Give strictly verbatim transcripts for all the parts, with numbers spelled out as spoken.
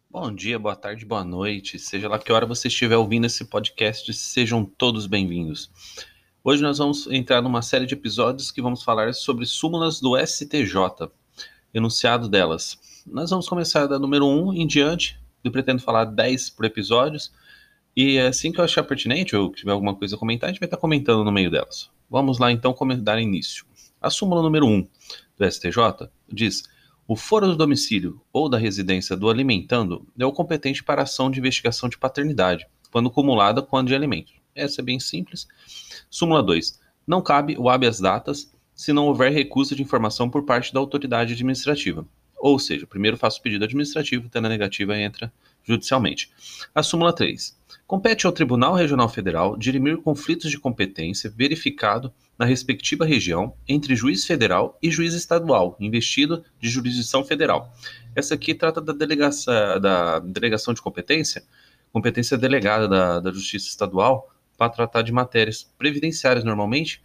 Bom dia, boa tarde, boa noite. Seja lá que hora você estiver ouvindo esse podcast, sejam todos bem-vindos. Hoje nós vamos entrar numa série de episódios que vamos falar sobre súmulas do S T J, enunciado delas. Nós vamos começar da número um em diante, eu pretendo falar dez por episódios, e assim que eu achar pertinente ou tiver alguma coisa a comentar, a gente vai estar comentando no meio delas. Vamos lá então dar início. A súmula número um do S T J diz: o foro do domicílio ou da residência do alimentando é o competente para a ação de investigação de paternidade, quando cumulada com a de alimentos. Essa é bem simples. Súmula dois. Não cabe o habeas datas se não houver recusa de informação por parte da autoridade administrativa. Ou seja, primeiro faço o pedido administrativo, tendo a negativa entra judicialmente. A súmula três. Compete ao Tribunal Regional Federal dirimir conflitos de competência verificado na respectiva região entre juiz federal e juiz estadual, investido de jurisdição federal. Essa aqui trata da, delegação, da delegação de competência, competência delegada da, da Justiça Estadual para tratar de matérias previdenciárias normalmente,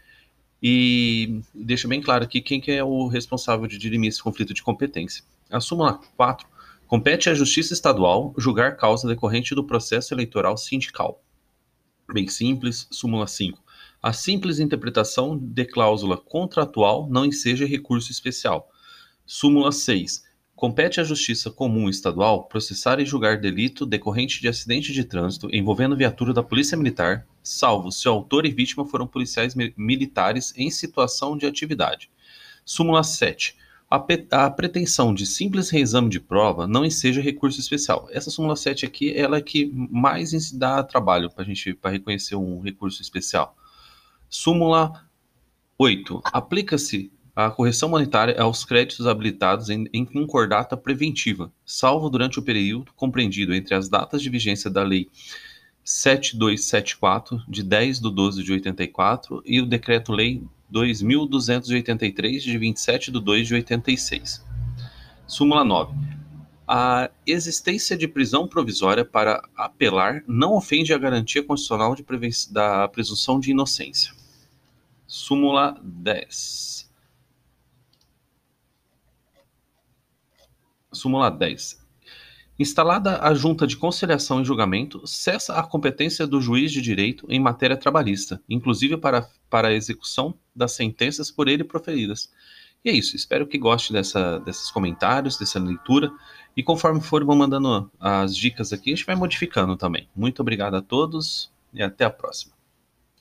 e deixa bem claro aqui quem que é o responsável de dirimir esse conflito de competência. A súmula quatro. Compete à Justiça Estadual julgar causa decorrente do processo eleitoral sindical. Bem simples. Súmula cinco. A simples interpretação de cláusula contratual não enseja recurso especial. Súmula seis. Compete à Justiça Comum Estadual processar e julgar delito decorrente de acidente de trânsito envolvendo viatura da Polícia Militar, salvo se o autor e vítima foram policiais mi- militares em situação de atividade. Súmula sete. A, pe- a pretensão de simples reexame de prova não enseja recurso especial. Essa súmula sete aqui, ela é que mais ens- dá trabalho para a gente para reconhecer um recurso especial. Súmula oito. Aplica-se a correção monetária aos créditos habilitados em, em concordata preventiva, salvo durante o período compreendido entre as datas de vigência da Lei sete mil duzentos e setenta e quatro, de dez de doze de oitenta e quatro, e o Decreto-Lei dois mil duzentos e oitenta e três, de vinte e sete de dois de oitenta e seis. Súmula nove. A existência de prisão provisória para apelar não ofende a garantia constitucional de da presunção de inocência. Súmula dez. Súmula dez. Instalada a Junta de Conciliação e Julgamento, cessa a competência do juiz de direito em matéria trabalhista, inclusive para, para a execução das sentenças por ele proferidas. E é isso, espero que goste dessa, desses comentários, dessa leitura, e conforme for vão mandando as dicas aqui, a gente vai modificando também. Muito obrigado a todos e até a próxima.